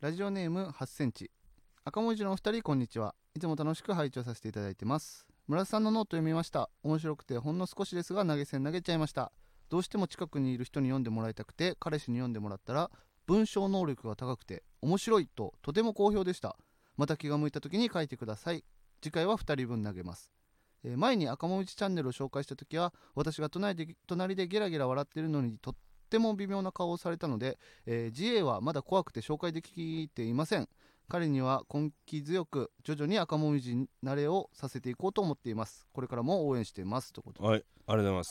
ラジオネーム8センチ。赤文字のお二人、こんにちは。いつも楽しく拝聴させていただいてます。村瀬さんのノート読みました。面白くてほんの少しですが投げ銭投げちゃいました。どうしても近くにいる人に読んでもらいたくて、彼氏に読んでもらったら文章能力が高くて面白いととても好評でした。また気が向いた時に書いてください。次回は2人分投げます。前に赤もみじチャンネルを紹介した時は、私が隣でゲラゲラ笑っているのにとっても微妙な顔をされたので、自衛はまだ怖くて紹介できていません。彼には根気強く徐々に赤もみじ慣れをさせていこうと思っています。これからも応援していますということで。 はい、ありがとうございます。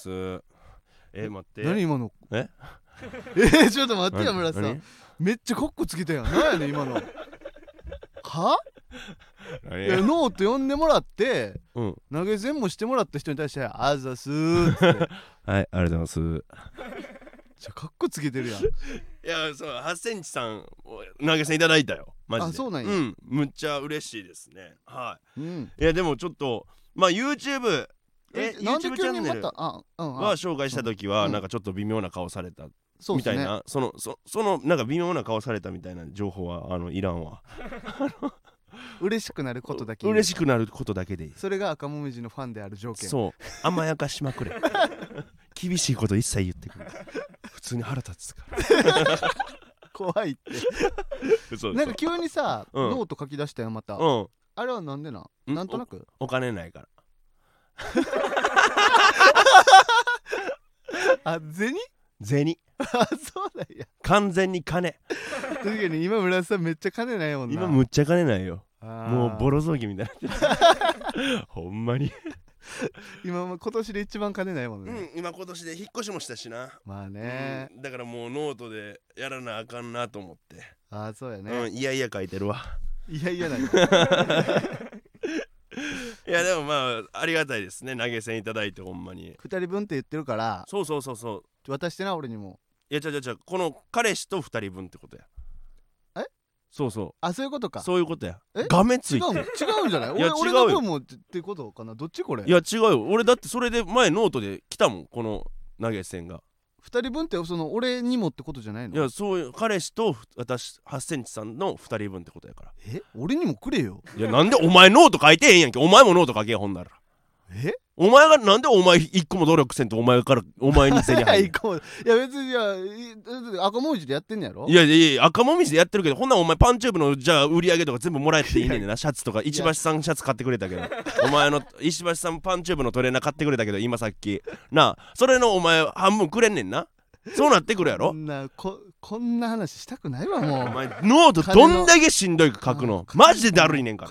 待って。 何今のちょっと待ってよ村瀬さん、めっちゃコッコつけたやん。何やねん今のはいやノート読んでもらって、投げ銭もしてもらった人に対してあざすーってはい、 ありがとうございます。 じゃカッコつけてるやん。いや、そう、8センチさん投げ銭いただいたよ、マジで。 あ、そうなんや。 むっちゃ嬉しいですね。はい、 いやでもちょっとまあ YouTube チャンネルは紹介した時はなんかちょっと微妙な顔されたみたいな、そのなんか微妙な顔されたみたいな情報はいらんわ。 嬉しくなることだけ嬉しくなることだけでいい。 それが赤もみじのファンである条件。 そう、甘やかしまくれ厳しいこと一切言ってくる普通に腹立つから怖いってそうなんか急にさ、ノート書き出したよまた。あれはなんでなんとなくお金ないからあ、銭あ、そうなんや。 完全に金。 確かに今村瀬さんめっちゃ金ないもんな。 今むっちゃ金ないよ。もうボロ雑巾みたいになってるほんまに今年で一番金ないもんね。 今年で引っ越しもしたしな。 まあね、 だからもうノートでやらなあかんなと思って。 ああ、そうやね。 いやいや書いてるわ。 いやいやなんやいやでもまあありがたいですね、投げ銭いただいて。ほんまに 2人分って言ってるから。 そう渡してな、俺にも。 いやこの彼氏と2人分ってことや。そうあ、そういうことか。 そういうことや。画面ついて違うんじゃない？ いや俺の分もってことかな。どっちこれ？ いや違うよ、俺だってそれで前ノートで来たもん、この投げ銭が。 2人分ってその俺にもってことじゃないの？ いや、そういう、彼氏と私8センチさんの2人分ってことやから。 俺にもくれよ。 いや、なんでお前ノート書いてへんやんけ。お前もノート書けや、ほんなら。お前がなんでお前1個も努力せんとお前に銭入るいや別に、いや赤もみじでやってんねやろ。 いや赤もみじでやってるけど、ほんならお前パンチューブのじゃあ売り上げとか全部もらえていいねんな。シャツとか石橋さんシャツ買ってくれたけどお前の石橋さんパンチューブのトレーナー買ってくれたけど今さっきなあ、それのお前半分くれんねんな。そうなってくるやろ。 こんな話したくないわもう。 お前ノートどんだけしんどいか書くのマジでだるいねんから。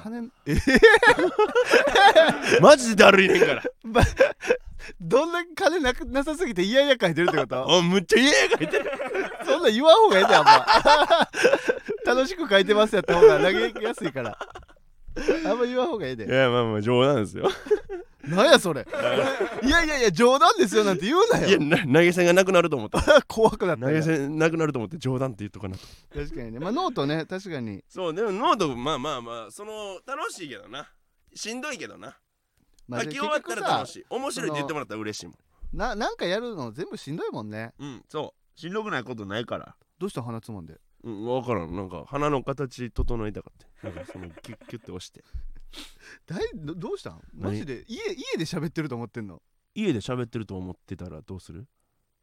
マジでだるいねんからどんだけ金なさすぎていやいや書いてるってこと？ むっちゃいやいや書いてるそんなん言わんほうがええで、あんま楽しく書いてますやった方が投げやすいからあんま言わんほうがええで。 いや、まあ冗談ですよなんやそれいや冗談ですよなんて言うなよ。 いや、投げ銭がなくなると思って怖くなった。 投げ銭なくなると思って冗談って言っとかなと。 確かにね。まあノートね、確かに。 そう、でもノートまあその楽しいけどな、しんどいけどな。書き終わったら楽しい、面白いって言ってもらったら嬉しいもん。 なんかやるの全部しんどいもんね。 そうしんどくないことないから。 どうした鼻つまんで。 分からん、なんか鼻の形整えたかってなんかそのキュッキュッて押してどうしたんマジで。家で喋ってると思ってんの？ 家で喋ってると思ってたらどうする？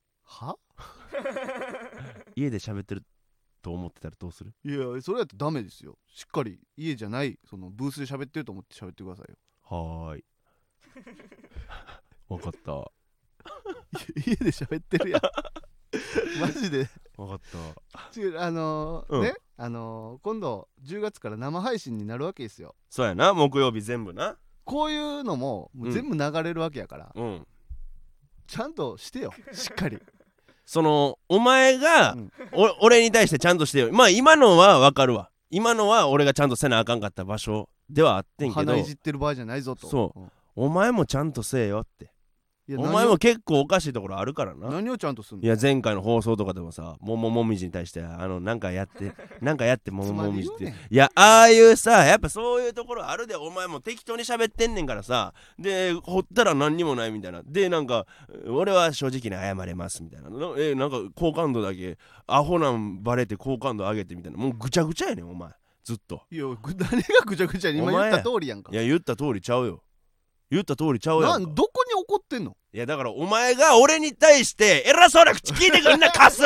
家で喋ってると思ってたらどうする？いや、それやったらダメですよ。しっかり家じゃないそのブースで喋ってると思って喋ってくださいよ。 はーい分かった家で喋ってるやんマジで分かった。 ね、今度10月から生配信になるわけですよ。 そうやな、木曜日全部な。 こういうのも全部流れるわけやから、ちゃんとしてよ、しっかりそのお前が、俺に対してちゃんとしてよ。まあ今のは分かるわ。今のは俺がちゃんとせなあかんかった場所ではあってんけど、 鼻いじってる場合じゃないぞと。 そう、お前もちゃんとせえよって。 いやお前も結構おかしいところあるからな。 何をちゃんとすんの。 いや前回の放送とかでもさ、ももみじに対してなんかやってももみじっていやああいうさ、やっぱそういうところあるで。お前も適当に喋ってんねんからさ、で掘ったら何にもないみたいなで、なんか俺は正直に謝れますみたいななんか好感度だけアホなんバレて好感度上げてみたいな、もうぐちゃぐちゃやねんお前ずっと。 いや何がぐちゃぐちゃに今言った通りやんか。 いや言った通りちゃうよ。言った通りちゃうやんか。 どこに怒ってんの。 いやだからお前が俺に対して偉そうな口聞いてくんなカス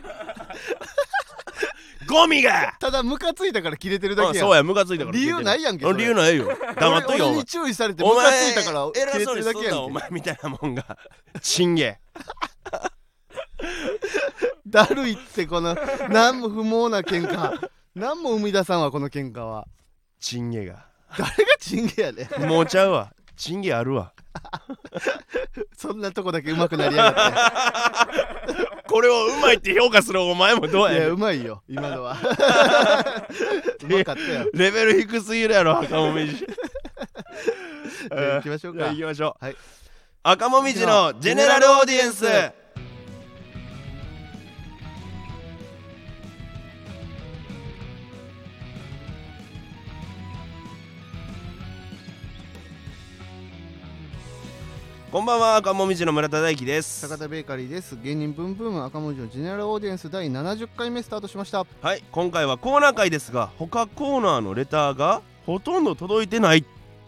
ゴミが。 ただムカついたから切れてるだけやん。 そうやムカついたから理由ないやんけ。 理由ないよ。黙っとけよ。 俺に注意されてムカついたから切れてるだけやんけ。 お前みたいなもんがチンゲだるいってこの何も不毛な喧嘩何も生み出さんわこの喧嘩は。 チンゲが誰がチンゲやねん。 もうちゃうわ。チンゲあるわ。 そんなとこだけ上手くなりやがってこれをうまいって評価するお前もどうやねん。 いやうまいよ今のはうまかったよ。 レベル低すぎるやろ赤もみじじゃあ行きましょうか。 行きましょう、 はい、 赤もみじのジェネラルオーディエンス。こんばんは、赤もみじの村田大樹です。 坂田ベーカリーです。芸人ブンブーム赤文字のジェネラルオーディエンス第70回目スタートしました。 はい、今回はコーナー回ですが、他コーナーのレターがほとんど届いてない。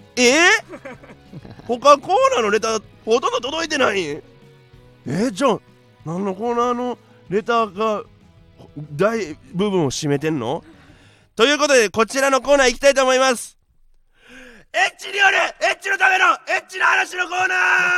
他コーナーのレターほとんど届いてない。じゃあ何のコーナーのレターが大部分を占めてんの？ということでこちらのコーナー行きたいと思います。エッチによるエッチのためのエッチな話のコーナ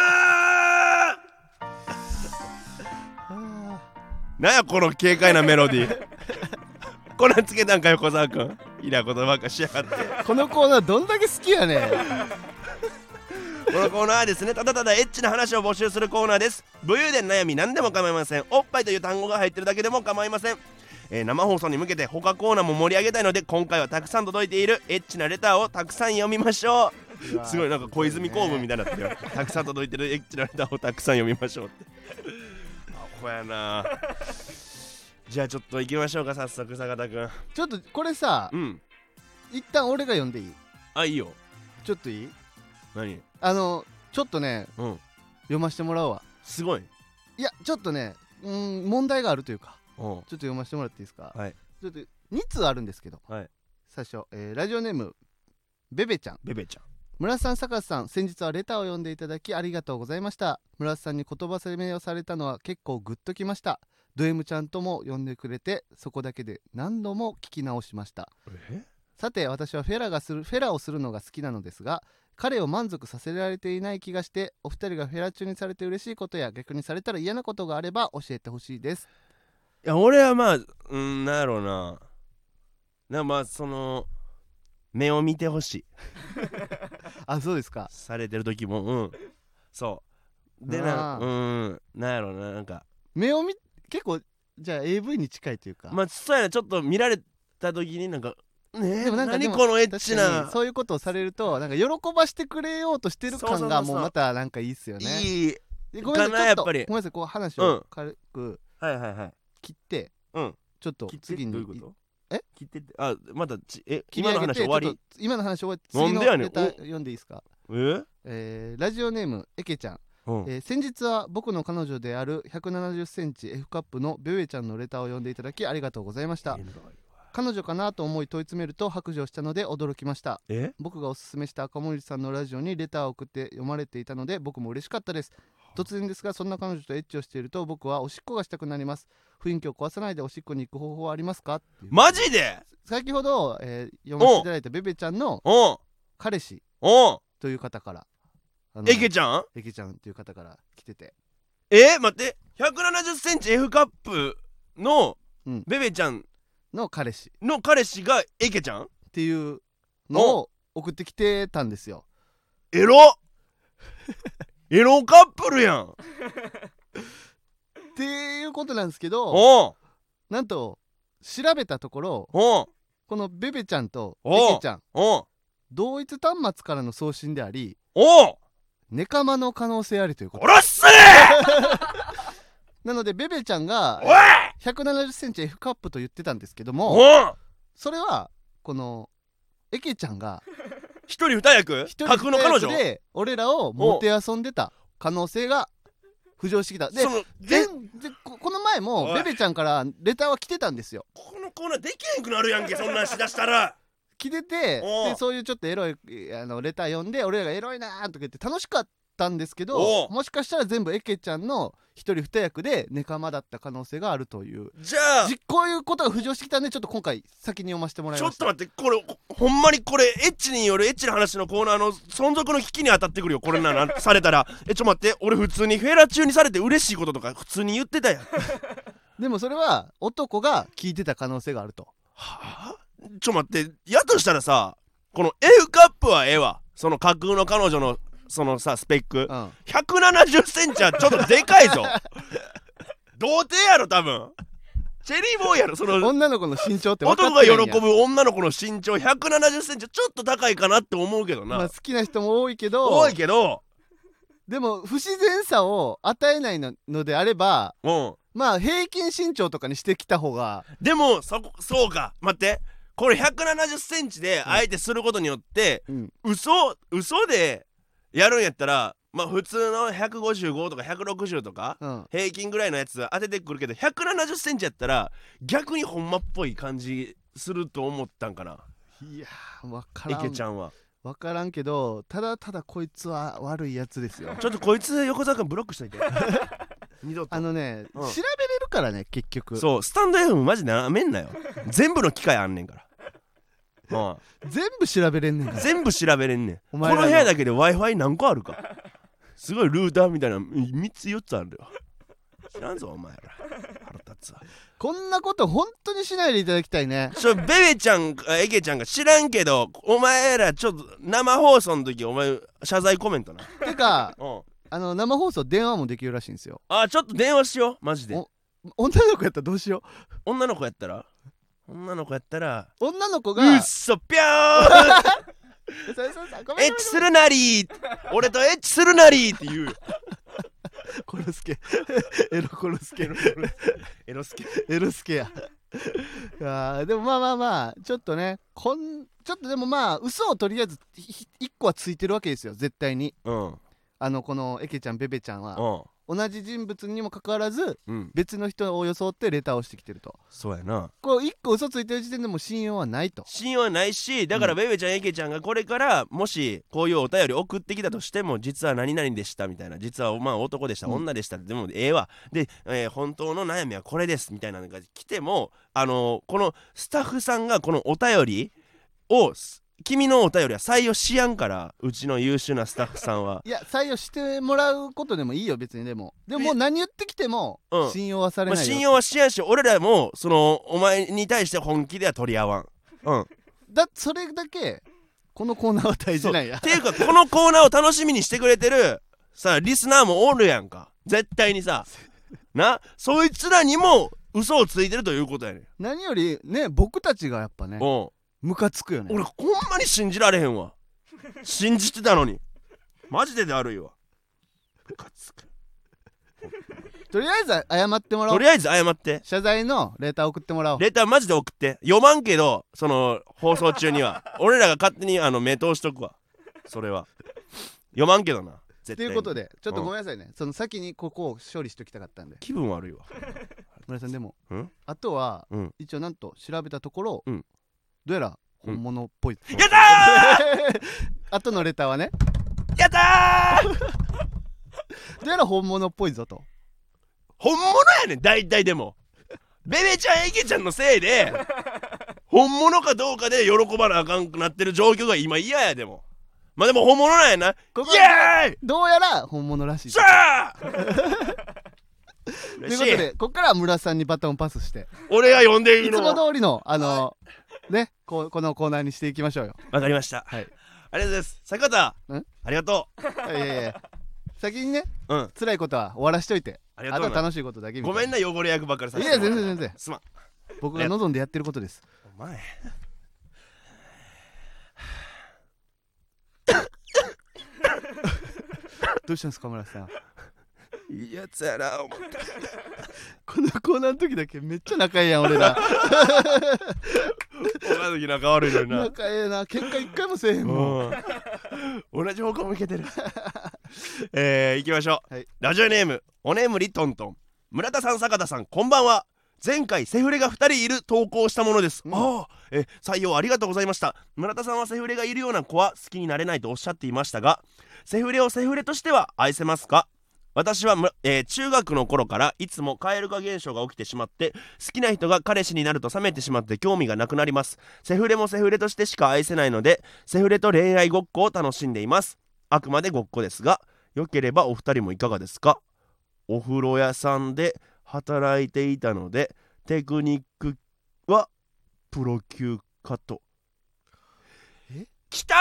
ーなんやこの軽快なメロディーこれつけたんか横澤くん。いらことばっかしやがって。 このコーナーどんだけ好きやねんこのコーナーはですね、ただただエッチな話を募集するコーナーです。武勇伝悩み何でも構いません。おっぱいという単語が入ってるだけでも構いません。生放送に向けて他コーナーも盛り上げたいので、今回はたくさん届いているエッチなレターをたくさん読みましょう。すごいなんか小泉公文みたいになってるよ。たくさん届いてるエッチなレターをたくさん読みましょうってアホやな。じゃあちょっと行きましょうか、早速坂田くん。 ちょっとこれさ、一旦俺が読んでいい？ あ、いいよ。 ちょっといい？ 何？ ちょっとね、読ませてもらうわ。 すごい。 いやちょっとね、問題があるというか、ちょっと読ませてもらっていいですか？ はい。 ちょっと2通あるんですけど、 はい。 最初、ラジオネームベベちゃん。村瀬さん、坂田さん、先日はレターを読んでいただきありがとうございました。村瀬さんに言葉攻めをされたのは結構グッときました。ド M ちゃんとも呼んでくれて、そこだけで何度も聞き直しました。さて私はフェラをするのが好きなのですが、彼を満足させられていない気がして、お二人がフェラ中にされて嬉しいことや逆にされたら嫌なことがあれば教えてほしいです。 いや俺はまあなんやろうな、まあその目を見てほしいあ、そうですか。 されてる時もそうでなんやろうな、なんか目を結構じゃあ AV に近いというか、 まあそうやな、ちょっと見られた時になんかでもなんか何このエッチな、 そういうことをされるとなんか喜ばしてくれようとしてる感がもうまたなんかいいっすよね。 いいごめんなさい、 かなやっぱり。 ごめんなさい、こう話を軽く切って、ちょっと次にどういうこと？切ってってまた今の話終わり？今の話終わって次のネタ読んでいいですか？ラジオネームエケちゃん。先日は僕の彼女である170センチ F カップのベベちゃんのレターを読んでいただきありがとうございました。彼女かなと思い問い詰めると白状したので驚きました。僕がおすすめした赤森さんのラジオにレターを送って読まれていたので僕も嬉しかったです。突然ですが、そんな彼女とエッチをしていると僕はおしっこがしたくなります。雰囲気を壊さないでおしっこに行く方法はありますか？ マジで？ 先ほど、読ませていただいたベベちゃんの彼氏という方から、 エケちゃんという方から来てて、 待って170センチ F カップのベベちゃんの彼氏がエケちゃんっていうのを送ってきてたんですよ。 エロカップルやんっていうことなんですけど、なんと調べたところ、このベベちゃんとエケちゃん同一端末からの送信であり、 ネカマの可能性ありということ殺すなのでベベちゃんがおい 170センチ F カップと言ってたんですけども、 おうそれはこのエケちゃんが一人二役一人架空の彼女で俺らをもてあそんでた可能性が浮上してきた。でそのこの前もおいベベちゃんからレターは来てたんですよ。 このコーナーできへんくなるやんけそんなんしだしたら来てて、 おうでそういうちょっとエロいレター読んで俺らがエロいなーとか言って楽しかったんですけおど、 うもしかしたら全部エケちゃんの一人二役でネカマだった可能性があるというじゃあこういうことが浮上してきたんで、ちょっと今回先に読ませてもらいました。 ちょっと待ってこれほんまにこれエッチによるエッチな話のコーナーの存続の危機に当たってくるよこれなされたらちょっと待って俺普通にフェラ中にされて嬉しいこととか普通に言ってたやんでもそれは男が聞いてた可能性があると。 はあちょ待ってやとしたらさこの F カップはええわその架空の彼女のそのさスペック、 うん、 170センチはちょっとでかいぞ童貞やろ多分チェリーボーイやろその女の子の身長って分か男がってないんや。 喜ぶ女の子の身長170センチちょっと高いかなって思うけどな、 まあ好きな人も多いけど、 多いけどでも不自然さを与えないのであれば、 うんまあ平均身長とかにしてきた方が。 でもそうか待ってこれ170センチで相手することによって、 うん、 嘘でやるんやったらまあ普通の155とか160とか、 うん、 平均ぐらいのやつ当ててくるけど170センチやったら逆にほんまっぽい感じすると思ったんかな。 いやー分からん池ちゃんは分からんけど、ただこいつは悪いやつですよ。 ちょっとこいつ横澤君ブロックしといて二度とあのね、 うん調べれるからね結局。 そうスタンド FM マジなめんなよ全部の機械あんねんから全部調べれんねんから。 全部調べれんねんこお前らのの部屋だけで Wi-Fi 何個あるかすごいルーターみたいな3つ4つあるよ知らんぞお前ら腹立つわこんなこと本当にしないでいただきたいね。 ベベちゃんかエケちゃんが知らんけどお前らちょっと生放送の時お前謝罪コメントなてかうん生放送電話もできるらしいんですよ。 あちょっと電話しようマジで女の子やったらどうしよ女の子やったら女の子やったらう。女の子うがっそぴょーそうごめんエッチするなり俺とエッチするなりって言うよコロスケエロコロスケエロスケエロスケやでもまあちょっとねちょっとでもまあ嘘をとりあえず1個はついてるわけですよ絶対に。 うんこのエケちゃんベベちゃんはうん同じ人物にもかかわらずうん別の人を装ってレターをしてきてると。 そうやなこう1個嘘ついてる時点でもう信用はないと。 信用はないしだからベベちゃんエケちゃんがこれからもしこういうお便り送ってきたとしても実は何々でしたみたいな実はまあ男でした、女でしたでもええわで、本当の悩みはこれですみたいなのが来てもこのスタッフさんがこのお便りを君のお便りは採用しやんからうちの優秀なスタッフさんはいや採用してもらうことでもいいよ別に。でももう何言ってきてもうん信用はされないよ、 信用はしやんし俺らもそのお前に対して本気では取り合わんそれだけこのコーナーは大事なんや。 っていうかこのコーナーを楽しみにしてくれてるさリスナーもおるやんか絶対にさなそいつらにも嘘をついてるということやねん何よりね僕たちがやっぱねムカつくよね。 俺ほんまに信じられへんわ信じてたのにマジでだるいわムカつくとりあえず謝ってもらおう。 とりあえず謝って謝罪のレター送ってもらおう。 レターマジで送って読まんけどその放送中には俺らが勝手に目通しとくわそれは読まんけどな絶対にということでちょっとごめんなさいね、その先にここを処理しておきたかったんで。 気分悪いわ村井さんでもんあとは、一応なんと調べたところ、どうやら本物っぽい、 やったー後のレターはねやったーどうやら本物っぽいぞと。 本物やねん大体でもベベちゃんエケちゃんのせいで本物かどうかで喜ばなあかんくなってる状況が今嫌やでもまあでも本物なんやなイここエーイどうやら本物らしいさあということでここからは村さんにバトンパスして俺が呼んでいいつるのも通りのねこのコーナーにしていきましょうよ。 わかりました、 はい、 ありがとうございます坂田ありがといやいや先にねう辛いことは終わらしといてあありがとうなとは楽しいことだけみたいな。 ごめんな汚れ役ばっかりさいや全然すまん僕が望んでやってることです。 お前どうしたんですか村瀬さん。 いいやつやな思ってこのコーナーの時だけめっちゃ仲いいやん俺ら。 岡崎仲悪いのにな。 仲ええな、喧嘩一回もせえへんもん。 同じ方向向けてる。行きましょう、 はい、 ラジオネームおねむりとんとん。村田さん坂田さんこんばんは。前回セフレが2人いる投稿したものです、採用ありがとうございました。村田さんはセフレがいるような子は好きになれないとおっしゃっていましたが、セフレをセフレとしては愛せますか？私は中学の頃からいつも蛙化現象が起きてしまって、好きな人が彼氏になると冷めてしまって興味がなくなります。セフレもセフレとしてしか愛せないので、セフレと恋愛ごっこを楽しんでいます。あくまでごっこですが、よければお二人もいかがですか？お風呂屋さんで働いていたので、テクニックはプロ級かと。きた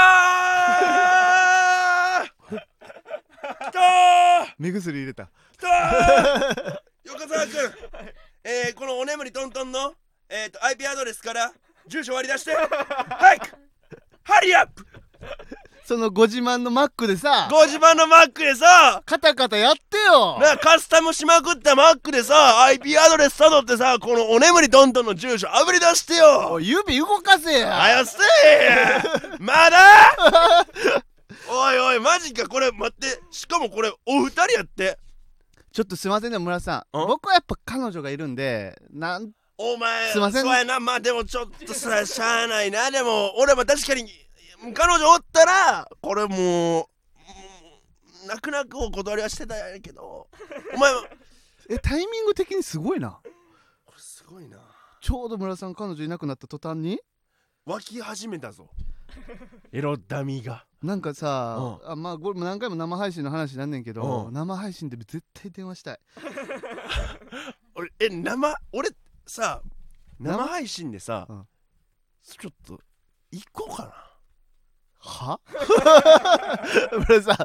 ーきたー目薬入れた。 きたー横澤君、このおねむりトントンの、IP アドレスから住所割り出して早くハリアップ。 そのご自慢のマックでさ、 ご自慢のマックでさ、 カタカタやってよなカスタムしまくったマックでさ、 IP アドレスたどってさ、このおねむりトントンの住所あぶり出してよ。 おい指動かせや。 はやせーまだおいおいマジか。これ待って、しかもこれお二人やって。 ちょっとすいませんね村さん、 ん僕はやっぱ彼女がいるんで、 お前すいません。 そうやな。まあでもちょっとさしゃあないな。でも俺も確かに彼女おったらこれもう泣く泣くお断りはしてたんやけど、お前はタイミング的にすごいな。 これすごいな。 ちょうど村さん彼女いなくなった途端に湧き始めたぞエロダミが。 なんかさ、まあこれも何回も生配信の話なんねんけど、生配信で絶対電話したい。 俺俺さ生配信でさ、ちょっと行こうかな。 は村さん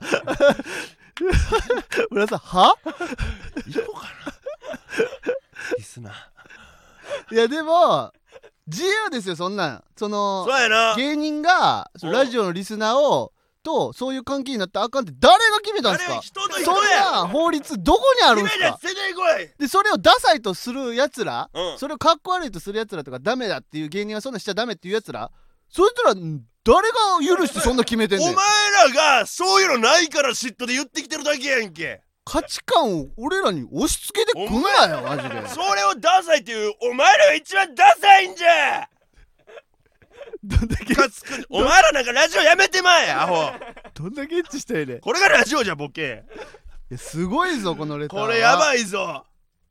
村さんは行こうかなリスナー。 いやでも自由ですよそんなん。 そうやな。 芸人がラジオのリスナーをとそういう関係になったらあかんって誰が決めたんですか？ 人と人そんな法律どこにあるんですか？ 決めてこい。 でそれをダサいとするやつら、 それをかっこ悪いとするやつらとかダメだっていう芸人はそんなしちゃダメっていうやつら、そいつら誰が許してそんな決めてんねん。 お前らがそういうのないから嫉妬で言ってきてるだけやんけ。 価値観を俺らに押し付けてくんなよマジで。 それをダサいっていうお前らが一番ダサいんじゃ。 どんだけお前らなんかラジオやめてまえアホ。 どんだけエッチしたいね。 これがラジオじゃボケ。 いやすごいぞこのレターは。 これやばいぞ。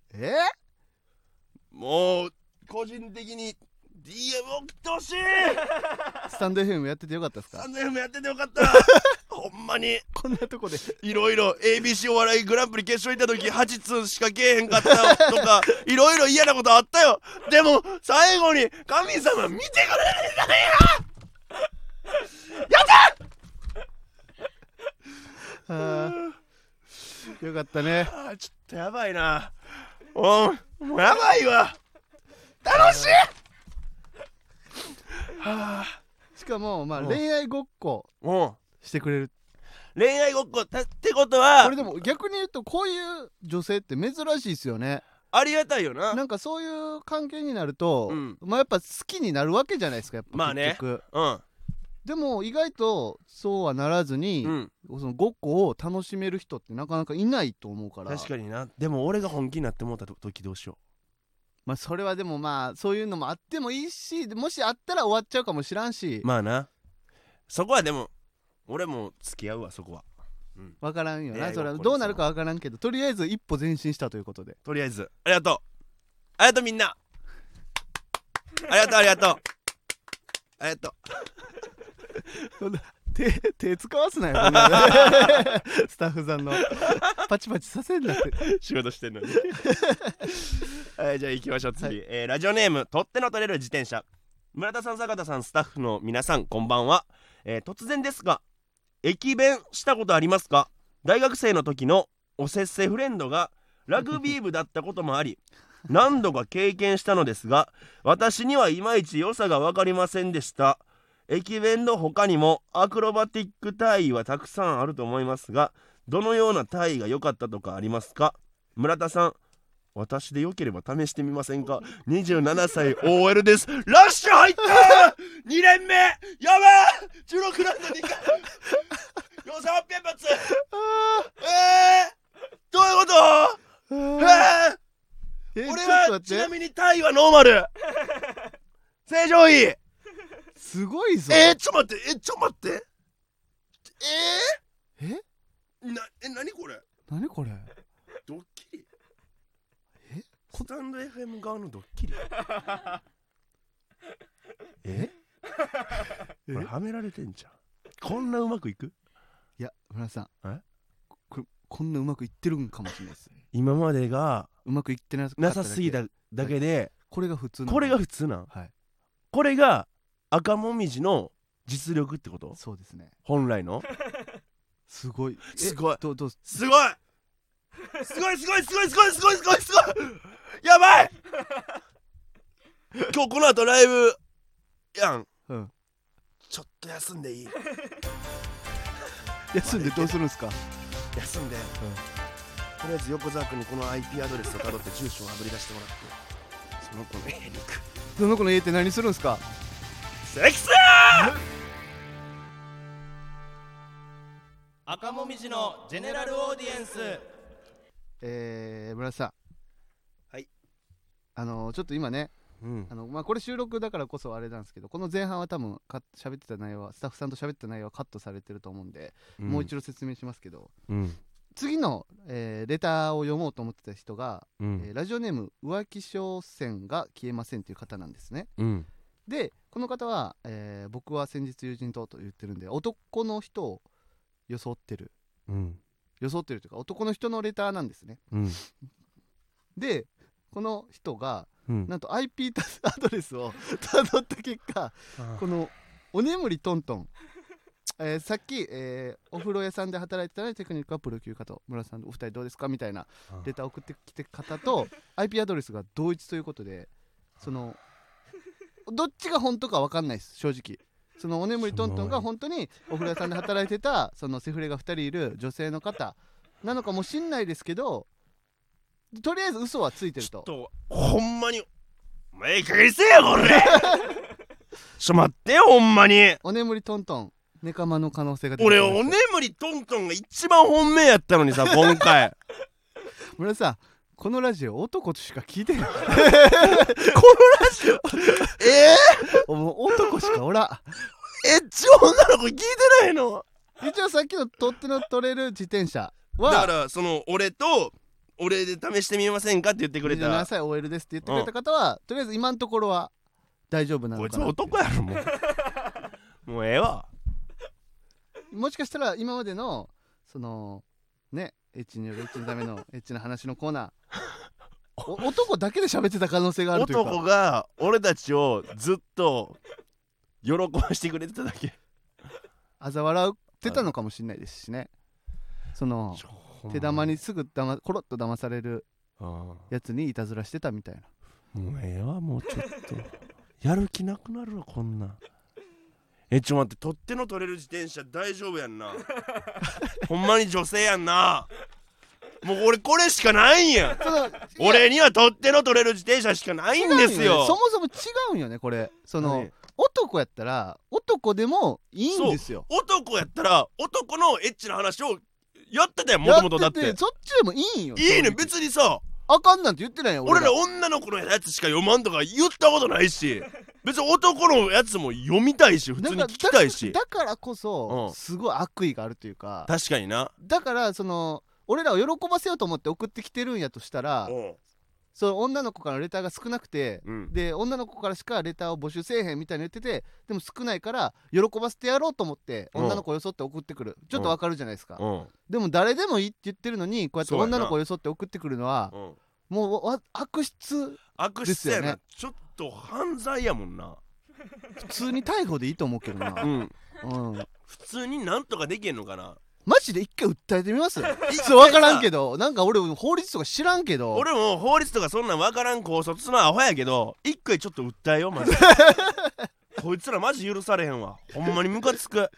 もう個人的に DM 送ってほしい。 スタンド FM やっててよかったですか？ スタンド FM やっててよかったほんまにこんなとこでいろいろ ABC お笑いグランプリ決勝行った時8通しかけえへんかったとかいろいろ嫌なことあったよ。でも最後に神様見てくれるんじゃねえやったよかったね。 ちょっとやばいな。もうやばいわ。楽しいしかもまあ恋愛ごっこしてくれる。 恋愛ごっこってことはこれでも逆に言うとこういう女性って珍しいですよね。 ありがたいよな。 なんかそういう関係になると、まあやっぱ好きになるわけじゃないですかやっぱ結局。でも意外とそうはならずに、そのごっこを楽しめる人ってなかなかいないと思うから。 確かにな。でも俺が本気になって思った時どうしよう。 まあそれはでもまあそういうのもあってもいいし、もしあったら終わっちゃうかもしらんし。 まあな。そこはでも俺も付き合うわそこは。 分からんよな。それはどうなるか分からんけど、とりあえず一歩前進したということで。 とりあえずありがとう。ありがとうみんな。ありがとうありがとうありがとう。 手使わすなよスタッフさんのパチパチさせんなって仕事してんのにはい、じゃあ行きましょう次、ラジオネーム取っ手の取れる自転車。村田さん坂田さんスタッフの皆さんこんばんは。突然ですが駅弁したことありますか？大学生の時のおせっせフレンドがラグビー部だったこともあり何度か経験したのですが私にはいまいち良さが分かりませんでした。駅弁の他にもアクロバティック隊はたくさんあると思いますがどのような体位が良かったとかありますか？村田さん、私で良ければ試してみませんか？27歳 OL です。ラッシュ入ったー2年目やばー16ラウンド2回4800発どういうこと俺ちょっと待って、 はちなみに体位はノーマル正常位。 すごいぞ。 ちょ待って何これ何これ、 ドッキリスタンド FM 側のドッキリこれはめられてんじゃん。こんなうまくいく？ いや村田さん、こんなうまくいってるんかもしれないです。 今までがうまくいってなさすぎただけで、 これが普通なん。 これが普通なん？ はい、 これが赤もみじの実力ってこと？ そうですね。 本来のすごいすごいどうすごいやばい今日この後ライブやん、ちょっと休んでいい？ 休んでどうするんすか？ 休んで、とりあえず横澤君にこの IP アドレスをたどって住所をあぶり出してもらって、その子の家に行く。 その子の家って何するんすか？ セックス赤もみじのジェネラルオーディエンス。 村田さん、 はい、 ちょっと今ね、これ収録だからこそあれなんですけど、この前半は多分喋ってた内容は、スタッフさんと喋ってた内容はカットされてると思うんで、もう一度説明しますけど、次の、レターを読もうと思ってた人が、ラジオネーム浮気商船が消えませんという方なんですね。でこの方は、僕は先日友人と言ってるんで、男の人を装ってるというか男の人のレターなんですね。でこの人が、なんと IP アドレスをたどった結果、このおねむりトントン、さっき、お風呂屋さんで働いてたのでテクニックはプロ級かと、村さんお二人どうですかみたいなレターを送ってきて方とIP アドレスが同一ということで、そのどっちが本当か分かんないです。正直そのおねむりトントンが本当にお風呂屋さんで働いてたそのセフレが2人いる女性の方なのかもしんないですけど、とりあえず嘘はついてると。 ちょっとほんまにお前いい加減せえやこれちょ待ってよほんまに。 おねむりトントンネカマの可能性が出て俺おねむりトントンが一番本命やったのにさ今回村さん、このラジオ男としか聞いてないこのラジオもう男しかおらエッチ女の子聞いてないの？ 一応さっきの取っ手の取れる自転車はだからその俺で試してみませんかって言ってくれた 27歳 OL ですって言ってくれた方は、とりあえず今のところは大丈夫なのかな。 こいつ男やろもうええわ。 もしかしたら今までのそのねエッチによるエッチのためのエッチな話のコーナー男だけで喋ってた可能性があるというか、 男が俺たちをずっと喜ばしてくれてただけ嘲笑ってたのかもしれないですしね。その手玉にすぐコロッと騙されるやつにいたずらしてたみたいな。 もうええわ、もうちょっとやる気なくなるわこんな。ちょっと待って、取っ手の取れる自転車大丈夫やんなほんまに女性やんな。もう俺これしかないんや俺には取っ手の取れる自転車しかないんですよ。 そもそも違うんよねこれ。その男やったら男でもいいんですよ。 男やったら男のエッチな話をやってたよ、もともと。だってそっちでもいいんよ。 いいね、別にさあかんなんて言ってないよ俺ら女の子のやつしか読まんとか言ったことないし別に男のやつも読みたいし普通に聞きたいし、 だからこそ、すごい悪意があるというか。 確かにな。 だからその俺らを喜ばせようと思って送ってきてるんやとしたら、その女の子からレターが少なくて、で女の子からしかレターを募集せえへんみたいに言ってて、でも少ないから喜ばせてやろうと思って女の子をよそって送ってくる。ちょっとわかるじゃないですか。でも誰でもいいって言ってるのにこうやって女の子をよそって送ってくるのはもう悪質ですよね。 ちょっと犯罪やもんな。 普通に逮捕でいいと思うけどな。 普通になんとかできんのかな。 マジで一回訴えてみます？分からんけど、なんか俺法律とか知らんけど。 俺も法律とかそんなん分からん高卒のアホやけど一回ちょっと訴えようマジでこいつらマジ許されへんわ、ほんまにムカつく。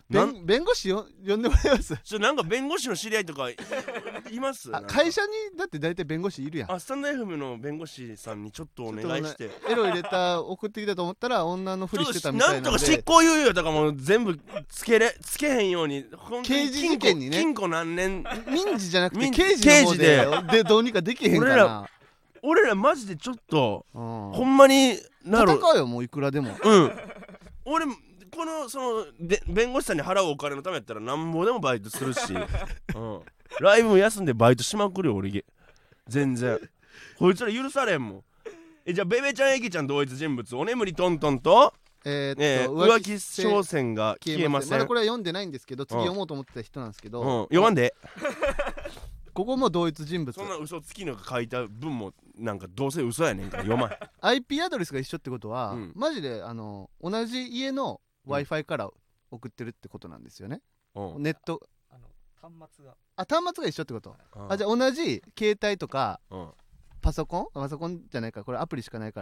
弁護士呼んでもらいます。 なんか弁護士の知り合いとかいます会社にだって大体弁護士いるやん。 スタンド FM の弁護士さんにちょっとお願いして、 エロ入れた送ってきたと思ったら女のふりしてたみたいなので、 なんとか執行猶予とかも全部つけへんように刑事事件にね、 禁錮何年民事じゃなくて刑事の方でどうにかできへんかな。 俺らマジでちょっとほんまに戦うよ、もういくらでも。 俺弁護士さんに払うお金のためやったらなんぼでもバイトするし、ライブも休んでバイトしまくるよ俺。全然こいつら許されんもん。じゃあベベちゃんエキちゃん同一人物、おねむりトントンと浮気商戦が消えません。 まだこれは読んでないんですけど、次読もうと思ってた人なんですけど、 読まんでここも同一人物。 そんな嘘つきのが書いた文もなんかどうせ嘘やねんから読まん。 IP アドレスが一緒ってことは、マジで同じ家の Wi-Fi から送ってるってことなんですよね。ネット端末が一緒ってこと。じゃあ同じ携帯とかパソコンじゃないから、これアプリしかないから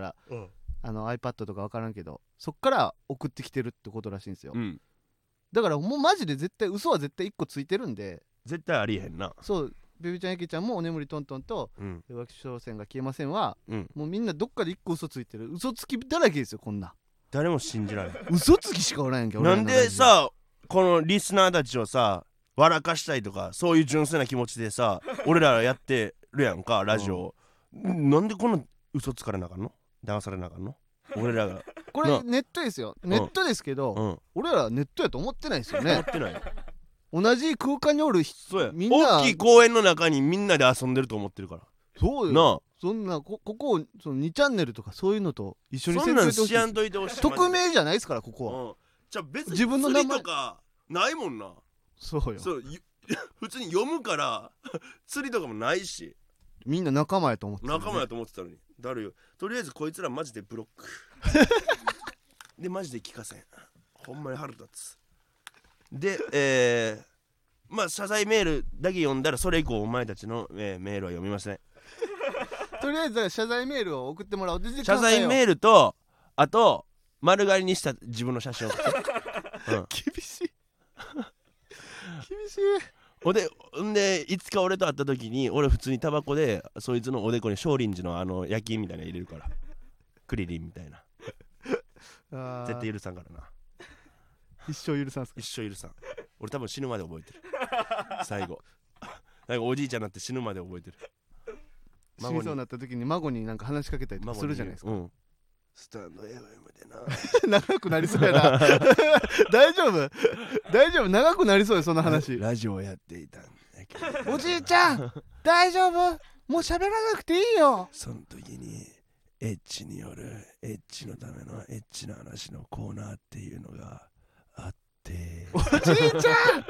、iPad とか分からんけど、そっから送ってきてるってことらしいんですよ。だからもうマジで絶対嘘は絶対1個ついてるんで、 絶対ありえへんな。 そう、ベビちゃんエキちゃんもおねむりトントンと浮気商戦が消えませんは、もうみんなどっかで1個嘘ついてる。嘘つきだらけですよ、こんな。 誰も信じられない。 嘘つきしかおらんやんけ。 なんでさ、このリスナーたちをさ笑かしたいとか、そういう純粋な気持ちでさ俺らやってるやんかラジオ。なんでこの嘘つかれなあかんの、騙されなあかんの俺らが。 これネットですよ、ネットですけど、俺らネットやと思ってないですよね。 思ってない。 同じ空間におる人、 みんな大きい公園の中にみんなで遊んでると思ってるから。 そうよな。そんなここをその2チャンネルとかそういうのと一緒にそんなんしやんといてほしい。 匿名じゃないですから、ここは。 じゃあ別に自分の名前とかないもんな。 そうよ。 普通に読むから釣りとかもないし、 みんな仲間やと思ってた、 仲間やと思ってたのに。だるよ。とりあえずこいつらマジでブロックでマジで聞かせん。ほんまに腹立つ。でまあ謝罪メールだけ読んだら、それ以降お前たちの、メールは読みません。 とりあえず謝罪メールを送ってもらおう。 謝罪メールと、あと丸刈りにした自分の写真を送って、 厳しい厳しい。 ほんでいつか俺と会った時に、俺普通にタバコでそいつのおでこに少林寺の焼き印みたいなの入れるから、クリリンみたいな。絶対許さんからな。 一生許さんすか。 一生許さん。俺多分死ぬまで覚えてる最後なんかおじいちゃんになって死ぬまで覚えてる。 死にそうになった時に孫になんか話しかけたりとかするじゃないですか。 スタンド FM でな長くなりそうやな大丈夫、長くなりそうよその話。 ラジオやっていたんだけどおじいちゃん大丈夫、もう喋らなくていいよ。 その時にエッチによるエッチのためのエッチな話のコーナーっていうのがあって、 おじいちゃん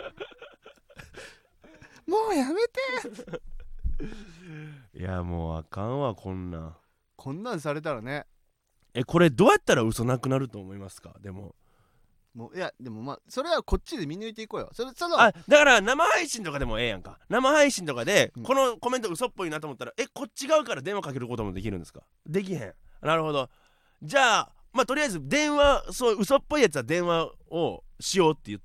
もうやめていやもうあかんわ、こんなんされたらね。 これどうやったら嘘なくなると思いますか。でもいやでもまあそれはこっちで見抜いていこうよ。 だから生配信とかでもええやんか。生配信とかで、このコメント嘘っぽいなと思ったら、こっち側から電話かけることもできるんですか。できへん。なるほど。じゃあまあとりあえず電話、そう嘘っぽいやつは電話をしようって言って、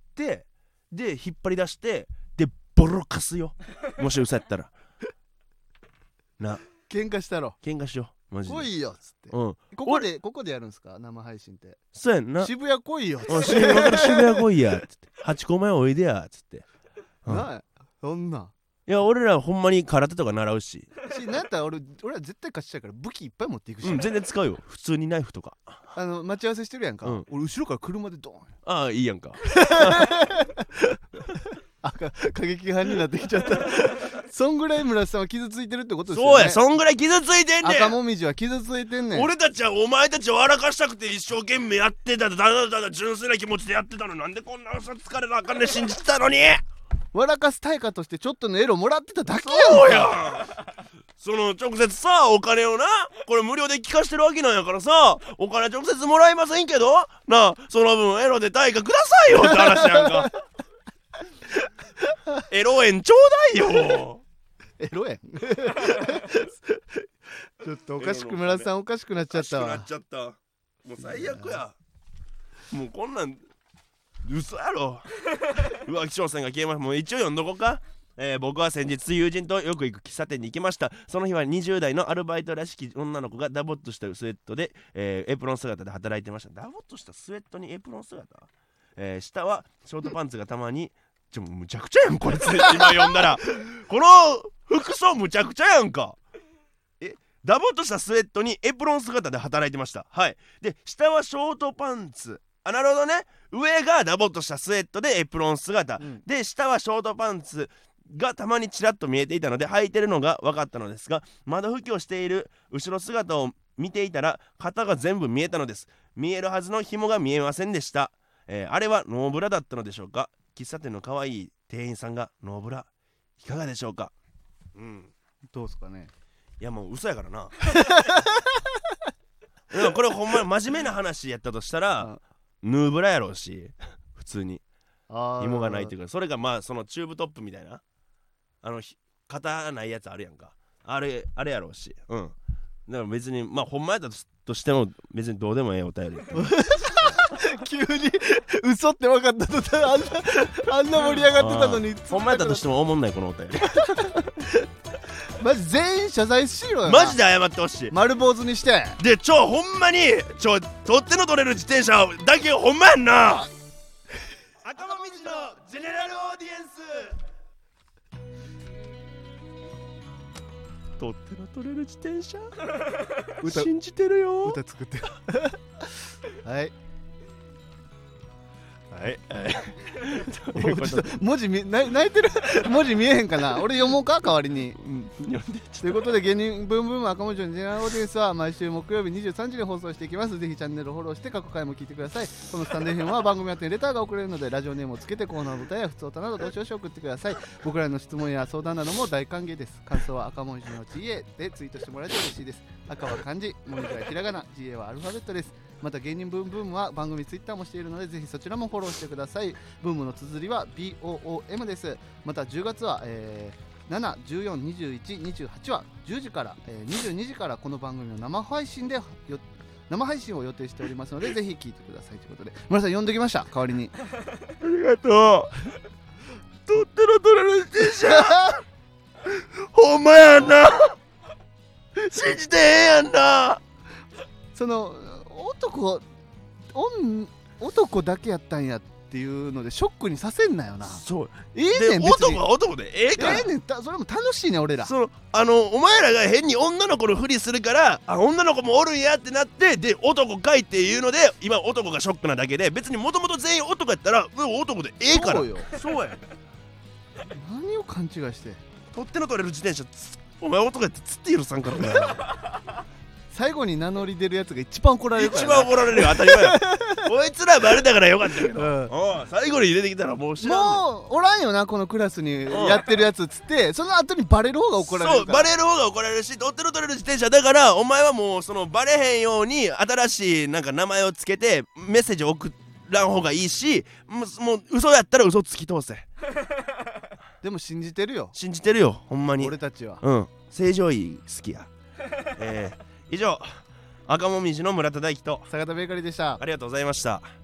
で引っ張り出して、でボロカスよもし嘘やったらな。 喧嘩したろ。 喧嘩しようマジで。 来いよっつって、ここでやるんすか生配信って。 そうやんな。 渋谷来いよっつって渋谷来いやっつって8個前おいでやっつって、 なそんな。 いや俺らほんまに空手とか習うし、 なんやったら俺は絶対勝ちたいから武器いっぱい持っていくし、 全然使うよ。普通にナイフとか待ち合わせしてるやんか、俺後ろから車でドーン。 いいやんか過激派になってきちゃったそんぐらい村瀬さんは傷ついてるってことですよね。 そうや、そんぐらい傷ついてんねん。 赤もみじは傷ついてんねん。 俺たちはお前たちを笑かしたくて一生懸命やってた、ただ純粋な気持ちでやってたの。なんでこんな嘘つかれなあかんねん、信じてたのに。 笑かす対価としてちょっとのエロもらってただけやん。 そうやその直接さお金をな、これ無料で聞かしてるわけなんやからさ、お金直接もらえませんけどな、その分エロで対価くださいよって話やんかエロ円ちょうだいよエロ円ちょっとおかしく、村さんおかしくなっちゃったわ。 もう最悪や。もうこんなん嘘やろ浮気商戦が消えました。もう一応読んどこうか。僕は先日友人とよく行く喫茶店に行きました。その日は20代のアルバイトらしき女の子がダボっとしたスウェットで、エプロン姿で働いてました。ダボっとしたスウェットにエプロン姿、下はショートパンツがたまにむちゃくちゃやんこいつ今読んだらこの服装むちゃくちゃやんか。ダボっとしたスウェットにエプロン姿で働いてました。はい。で下はショートパンツ、なるほどね。上がダボっとしたスウェットでエプロン姿、で下はショートパンツがたまにちらっと見えていたので履いてるのが分かったのですが、窓拭きをしている後ろ姿を見ていたら肩が全部見えたのです。見えるはずの紐が見えませんでした。あれはノーブラだったのでしょうか。喫茶店の可愛い店員さんがノーブラいかがでしょうか。 どうすかね。 いやもう嘘やからなでもこれほんまに真面目な話やったとしたらヌーブラやろうし普通に紐がないっていうか、それがまあそのチューブトップみたいな肩ないやつあるやんか、あれやろうし、だから別にまあほんまやったとしても別にどうでもええお便り急に嘘って分かったとあんな盛り上がってたのにほんまやったとしてもおもんないこのお便りマジ全員謝罪しろよな。 マジで謝ってほしい。 丸坊主にしてでほんまに取っての取れる自転車だけほんまやんな赤間みちのジェネラルオーディエンス。取っての取れる自転車信じてるよ。 歌作ってはい文字泣いてる文字見えへんかな。俺読もうか代わりに、 読んでということで芸人ブンブン赤文字のジェネラルオーディエンスは毎週木曜日23時に放送していきます。ぜひチャンネルフォローして過去回も聞いてください。このスタンド FM は番組宛てにレターが送れるのでラジオネームをつけてコーナーの歌や普通歌などどしどし送ってください。僕らの質問や相談なども大歓迎です。感想は赤文字の GA でツイートしてもらえると嬉しいです。赤は漢字、文字はひらがな、 GA はアルファベットです。また芸人ブームブームは番組ツイッターもしているのでぜひそちらもフォローしてください。ブームの綴りは BOOM です。また10月は、7、14、21、28は10時から、22時からこの番組の生配信を予定しておりますのでぜひ聞いてくださいということで村さん呼んできました代わりにありがとう。取っての取れる自転車ほんまやんな信じてへんやんな。 その男だけやったんやっていうのでショックにさせんなよな。 そうええねん別に男は男でええから、 ええねんそれも楽しいねん俺ら。 お前らが変に女の子のふりするから女の子もおるんやってなってで男かいっていうので今男がショックなだけで別にもともと全員男やったら男でええから。 そうよそうや何を勘違いして取っての取れる自転車お前男やってつって許さんからな最後に名乗り出るやつが一番怒られるから一番怒られるよ当たり前やこいつらバレたからよかったけど、 うん最後に入れてきたらもう知らんねん。 もうおらんよなこのクラスにやってるやつっつってその後にバレる方が怒られそうるからバレる方が怒られるし取っての取れる自転車だからお前はもうそのバレへんように新しいなんか名前をつけてメッセージを送らん方がいいしもう嘘やったら嘘つき通せ。 でも信じてるよ信じてるよほんまに。 俺たちは正常位好きや以上赤もみじの村田大樹と坂田ベーカリーでした。 ありがとうございました。